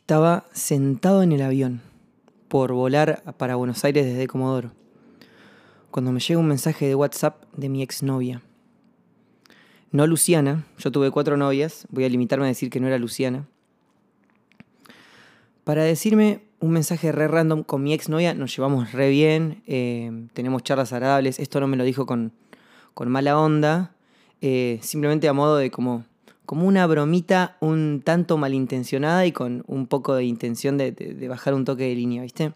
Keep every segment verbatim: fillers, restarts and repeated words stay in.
Estaba sentado en el avión por volar para Buenos Aires desde Comodoro, cuando me llega un mensaje de WhatsApp de mi exnovia. No Luciana, yo tuve cuatro novias, voy a limitarme a decir que no era Luciana. Para decirme un mensaje re random con mi exnovia, nos llevamos re bien, eh, tenemos charlas agradables, esto no me lo dijo con, con mala onda, eh, simplemente a modo de como... como una bromita un tanto malintencionada y con un poco de intención de, de, de bajar un toque de línea, ¿viste?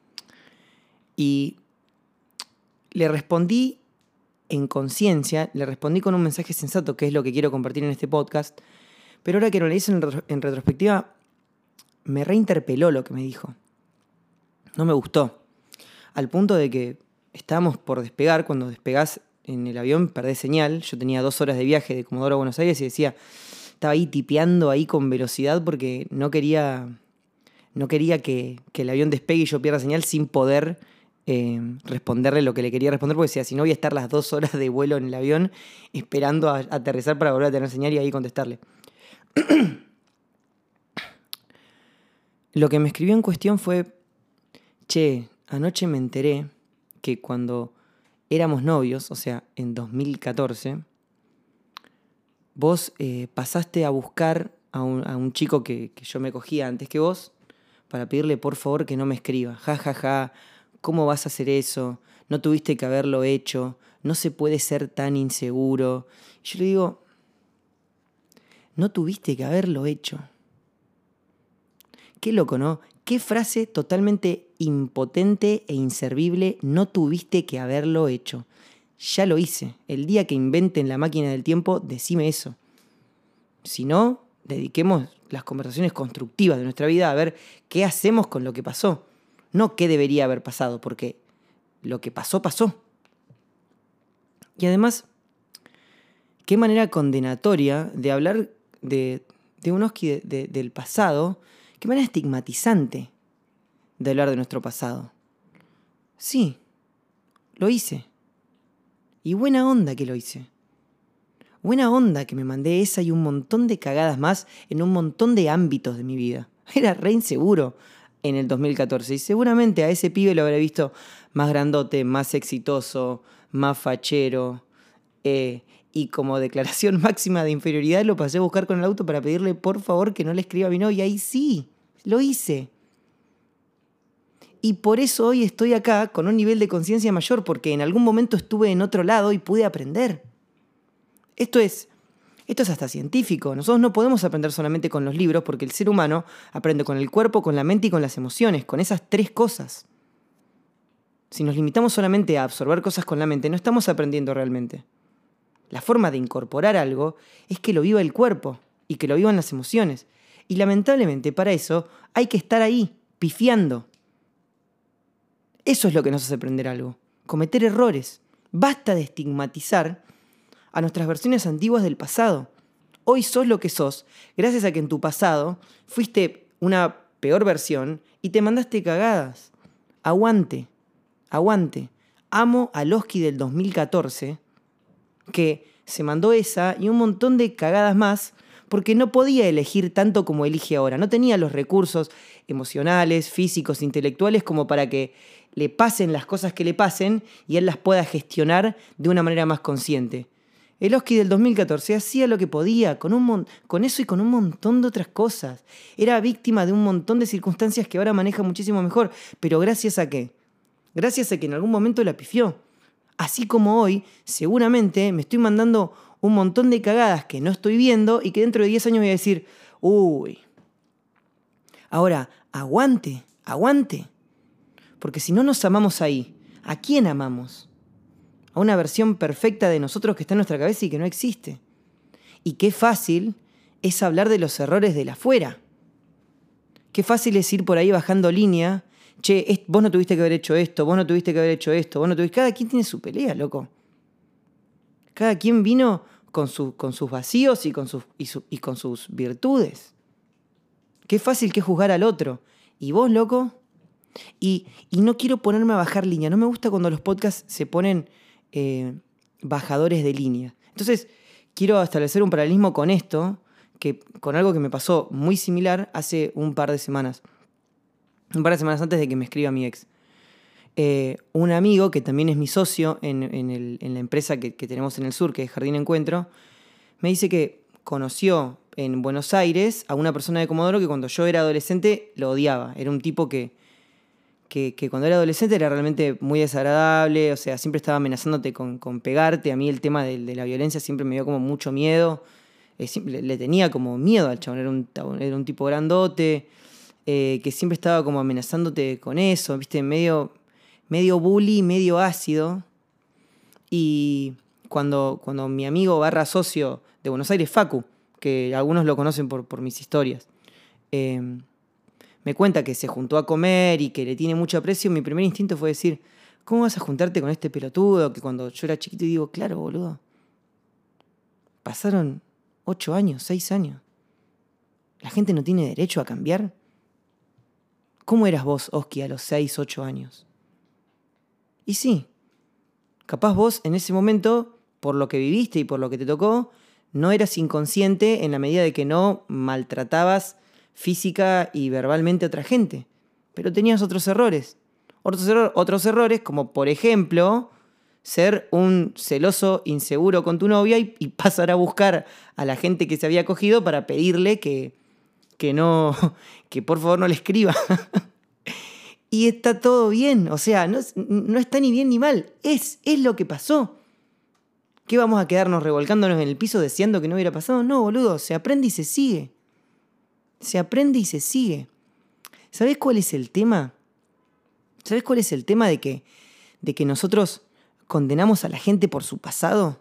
Y le respondí en conciencia, le respondí con un mensaje sensato, que es lo que quiero compartir en este podcast, pero ahora que lo leí en, en retrospectiva, me reinterpeló lo que me dijo. No me gustó. Al punto de que estábamos por despegar, cuando despegás en el avión perdés señal. Yo tenía dos horas de viaje de Comodoro a Buenos Aires y decía, estaba ahí tipeando ahí con velocidad porque no quería, no quería que, que el avión despegue y yo pierda señal sin poder eh, responderle lo que le quería responder, porque decía, si no voy a estar las dos horas de vuelo en el avión esperando a, a aterrizar para volver a tener señal y ahí contestarle. Lo que me escribió en cuestión fue, che, anoche me enteré que cuando éramos novios, o sea, en dos mil catorce, vos eh, pasaste a buscar a un, a un chico que, que yo me cogía antes que vos para pedirle por favor que no me escriba. Ja, ja, ja, ¿cómo vas a hacer eso? No tuviste que haberlo hecho, no se puede ser tan inseguro. Y yo le digo, no tuviste que haberlo hecho. Qué loco, ¿no? Qué frase totalmente impotente e inservible, no tuviste que haberlo hecho. Ya lo hice. El día que inventen la máquina del tiempo, decime eso. Si no, dediquemos las conversaciones constructivas de nuestra vida a ver qué hacemos con lo que pasó. No qué debería haber pasado, porque lo que pasó, pasó. Y además, qué manera condenatoria de hablar de, de un Oski de, de, del pasado. Qué manera estigmatizante de hablar de nuestro pasado. Sí, lo hice. Y buena onda que lo hice. Buena onda que me mandé esa y un montón de cagadas más en un montón de ámbitos de mi vida. Era re inseguro en el dos mil catorce y seguramente a ese pibe lo habré visto más grandote, más exitoso, más fachero. Eh, y como declaración máxima de inferioridad lo pasé a buscar con el auto para pedirle por favor que no le escriba a mi novia. Y sí, lo hice. Y por eso hoy estoy acá con un nivel de conciencia mayor, porque en algún momento estuve en otro lado y pude aprender. Esto es, esto es hasta científico. Nosotros no podemos aprender solamente con los libros, porque el ser humano aprende con el cuerpo, con la mente y con las emociones, con esas tres cosas. Si nos limitamos solamente a absorber cosas con la mente, no estamos aprendiendo realmente. La forma de incorporar algo es que lo viva el cuerpo y que lo vivan las emociones. Y lamentablemente para eso hay que estar ahí, pifiando. Eso es lo que nos hace aprender algo. Cometer errores. Basta de estigmatizar a nuestras versiones antiguas del pasado. Hoy sos lo que sos gracias a que en tu pasado fuiste una peor versión y te mandaste cagadas. Aguante, aguante. Amo al Oski del dos mil catorce que se mandó esa y un montón de cagadas más porque no podía elegir tanto como elige ahora. No tenía los recursos emocionales, físicos, intelectuales como para que le pasen las cosas que le pasen y él las pueda gestionar de una manera más consciente. El Oski del dos mil catorce hacía lo que podía, con, un mon- con eso y con un montón de otras cosas. Era víctima de un montón de circunstancias que ahora maneja muchísimo mejor. ¿Pero gracias a qué? Gracias a que en algún momento la pifió. Así como hoy, seguramente me estoy mandando un montón de cagadas que no estoy viendo y que dentro de diez años voy a decir, uy. Ahora, aguante, aguante. Porque si no nos amamos ahí, ¿a quién amamos? A una versión perfecta de nosotros que está en nuestra cabeza y que no existe. Y qué fácil es hablar de los errores del afuera. Qué fácil es ir por ahí bajando línea. Che, es, vos no tuviste que haber hecho esto, vos no tuviste que haber hecho esto, vos no tuviste... Cada quien tiene su pelea, loco. Cada quien vino con, su, con sus vacíos y con sus, y, su, y con sus virtudes. Qué fácil que es juzgar al otro. ¿Y vos, loco? Y, y no quiero ponerme a bajar línea. No me gusta cuando los podcasts se ponen eh, bajadores de línea. Entonces, quiero establecer un paralelismo con esto, que, con algo que me pasó muy similar hace un par de semanas. Un par de semanas antes de que me escriba mi ex. Eh, un amigo, que también es mi socio en, en, el, en la empresa que, que tenemos en el sur, que es Jardín Encuentro, me dice que conoció en Buenos Aires a una persona de Comodoro que cuando yo era adolescente lo odiaba. Era un tipo que, que, que cuando era adolescente era realmente muy desagradable, o sea, siempre estaba amenazándote con, con pegarte. A mí el tema de, de la violencia siempre me dio como mucho miedo. Eh, siempre, le tenía como miedo al chabón, era un, era un tipo grandote, eh, que siempre estaba como amenazándote con eso, ¿viste? Medio... medio bully, medio ácido. Y cuando, cuando mi amigo barra socio de Buenos Aires, Facu, que algunos lo conocen por, por mis historias, eh, me cuenta que se juntó a comer y que le tiene mucho aprecio, mi primer instinto fue decir, ¿cómo vas a juntarte con este pelotudo? Que cuando yo era chiquito, y digo, claro, boludo, pasaron ocho años, seis años. ¿La gente no tiene derecho a cambiar? ¿Cómo eras vos, Oski, a los seis, ocho años? Y sí, capaz vos en ese momento, por lo que viviste y por lo que te tocó, no eras inconsciente en la medida de que no maltratabas física y verbalmente a otra gente. Pero tenías otros errores. Otros, error, otros errores como, por ejemplo, ser un celoso inseguro con tu novia y, y pasar a buscar a la gente que se había cogido para pedirle que, que, no, que por favor no le escriba. Y está todo bien, o sea, no, no está ni bien ni mal, es, es lo que pasó. ¿Qué vamos a quedarnos revolcándonos en el piso deseando que no hubiera pasado? No, boludo, se aprende y se sigue. Se aprende y se sigue. ¿Sabés cuál es el tema? ¿Sabés cuál es el tema de que, de que nosotros condenamos a la gente por su pasado?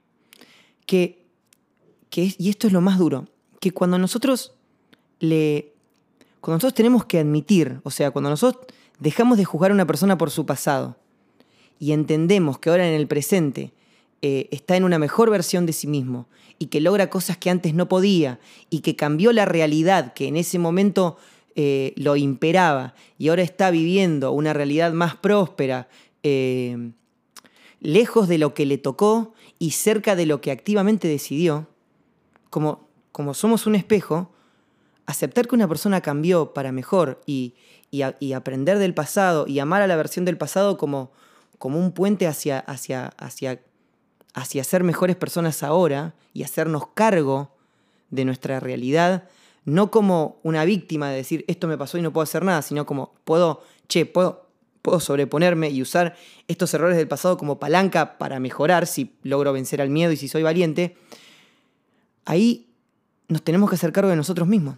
Que, que es, y esto es lo más duro, que cuando nosotros le... Cuando nosotros tenemos que admitir, o sea, cuando nosotros dejamos de juzgar a una persona por su pasado y entendemos que ahora en el presente eh, está en una mejor versión de sí mismo y que logra cosas que antes no podía y que cambió la realidad que en ese momento eh, lo imperaba y ahora está viviendo una realidad más próspera, eh, lejos de lo que le tocó y cerca de lo que activamente decidió, como, como somos un espejo, aceptar que una persona cambió para mejor y, y, a, y aprender del pasado y amar a la versión del pasado como, como un puente hacia, hacia, hacia, hacia ser mejores personas ahora y hacernos cargo de nuestra realidad, no como una víctima de decir esto me pasó y no puedo hacer nada, sino como puedo, che, puedo, puedo sobreponerme y usar estos errores del pasado como palanca para mejorar si logro vencer al miedo y si soy valiente. Ahí nos tenemos que hacer cargo de nosotros mismos.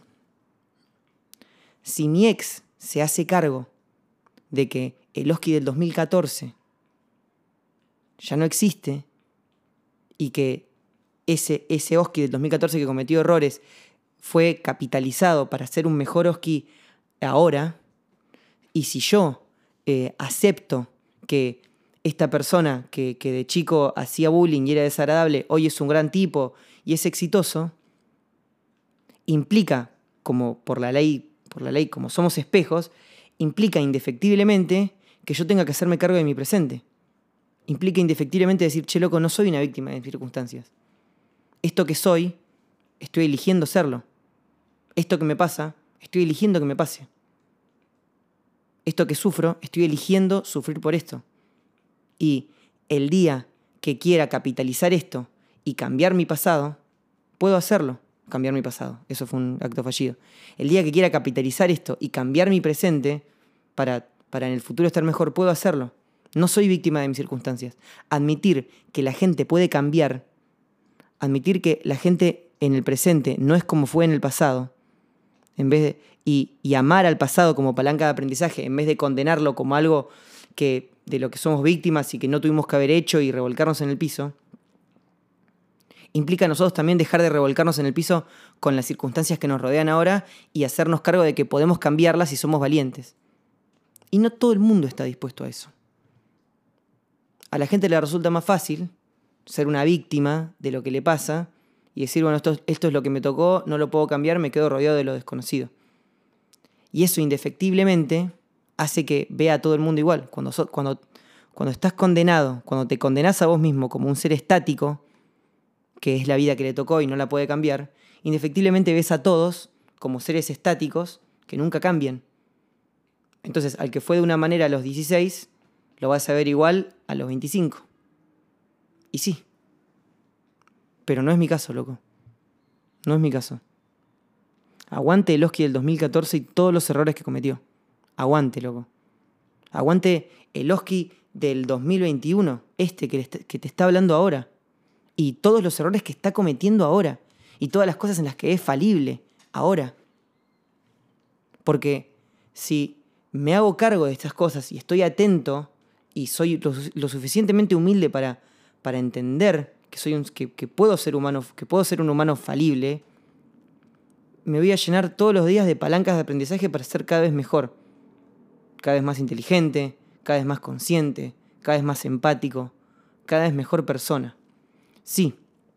Si mi ex se hace cargo de que el Oski del dos mil catorce ya no existe y que ese, ese Oski del dos mil catorce que cometió errores fue capitalizado para ser un mejor Oski ahora, y si yo eh, acepto que esta persona que, que de chico hacía bullying y era desagradable, hoy es un gran tipo y es exitoso, implica, como por la ley por la ley, como somos espejos, implica indefectiblemente que yo tenga que hacerme cargo de mi presente. Implica indefectiblemente decir, che, loco, no soy una víctima de mis circunstancias. Esto que soy, estoy eligiendo serlo. Esto que me pasa, estoy eligiendo que me pase. Esto que sufro, estoy eligiendo sufrir por esto. Y el día que quiera capitalizar esto y cambiar mi pasado, puedo hacerlo. Cambiar mi pasado. Eso fue un acto fallido. El día que quiera capitalizar esto y cambiar mi presente para, para en el futuro estar mejor, puedo hacerlo. No soy víctima de mis circunstancias. Admitir que la gente puede cambiar, admitir que la gente en el presente no es como fue en el pasado, en vez de, y, y amar al pasado como palanca de aprendizaje, en vez de condenarlo como algo que, de lo que somos víctimas y que no tuvimos que haber hecho y revolcarnos en el piso, implica a nosotros también dejar de revolcarnos en el piso con las circunstancias que nos rodean ahora y hacernos cargo de que podemos cambiarlas si somos valientes. Y no todo el mundo está dispuesto a eso. A la gente le resulta más fácil ser una víctima de lo que le pasa y decir, bueno, esto, esto es lo que me tocó, no lo puedo cambiar, me quedo rodeado de lo desconocido. Y eso indefectiblemente hace que vea a todo el mundo igual. Cuando, so, cuando, cuando estás condenado, cuando te condenás a vos mismo como un ser estático, que es la vida que le tocó y no la puede cambiar, indefectiblemente ves a todos como seres estáticos que nunca cambian. Entonces, al que fue de una manera a los dieciséis, lo vas a ver igual a los veinticinco. Y sí. Pero no es mi caso, loco. No es mi caso. Aguante Eloski del dos mil catorce y todos los errores que cometió. Aguante, loco. Aguante Eloski del dos mil veintiuno, este que, que te está hablando ahora. Y todos los errores que está cometiendo ahora. Y todas las cosas en las que es falible ahora. Porque si me hago cargo de estas cosas y estoy atento y soy lo, lo suficientemente humilde para, para entender que, soy un, que, que, puedo ser humano, que puedo ser un humano falible, me voy a llenar todos los días de palancas de aprendizaje para ser cada vez mejor. Cada vez más inteligente, cada vez más consciente, cada vez más empático, cada vez mejor persona. Sí,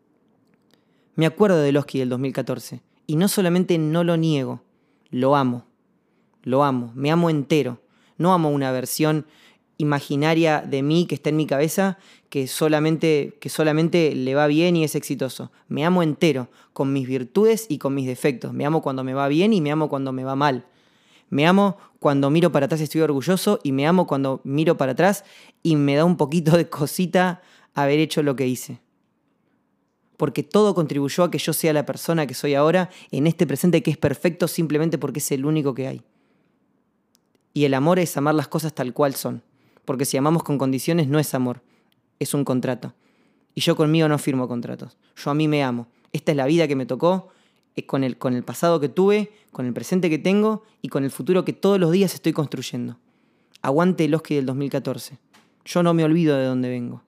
me acuerdo de Eloski del dos mil catorce y no solamente no lo niego, lo amo. Lo amo, me amo entero. No amo una versión imaginaria de mí que está en mi cabeza que solamente, que solamente le va bien y es exitoso. Me amo entero, con mis virtudes y con mis defectos. Me amo cuando me va bien y me amo cuando me va mal. Me amo cuando miro para atrás y estoy orgulloso y me amo cuando miro para atrás y me da un poquito de cosita haber hecho lo que hice. Porque todo contribuyó a que yo sea la persona que soy ahora en este presente que es perfecto simplemente porque es el único que hay. Y el amor es amar las cosas tal cual son. Porque si amamos con condiciones no es amor, es un contrato. Y yo conmigo no firmo contratos. Yo a mí me amo. Esta es la vida que me tocó, con el, con el pasado que tuve, con el presente que tengo y con el futuro que todos los días estoy construyendo. Aguante Eloski del dos mil catorce. Yo no me olvido de dónde vengo.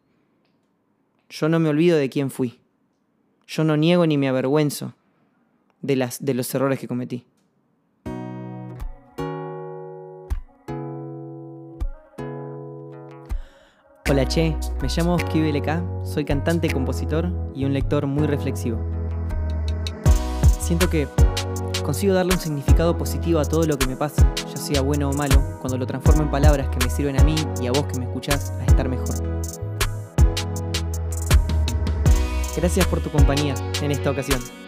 Yo no me olvido de quién fui. Yo no niego ni me avergüenzo de, las, de los errores que cometí. Hola che, me llamo Oski B L K, soy cantante, compositor y un lector muy reflexivo. Siento que consigo darle un significado positivo a todo lo que me pasa, ya sea bueno o malo, cuando lo transformo en palabras que me sirven a mí y a vos que me escuchás a estar mejor. Gracias por tu compañía en esta ocasión.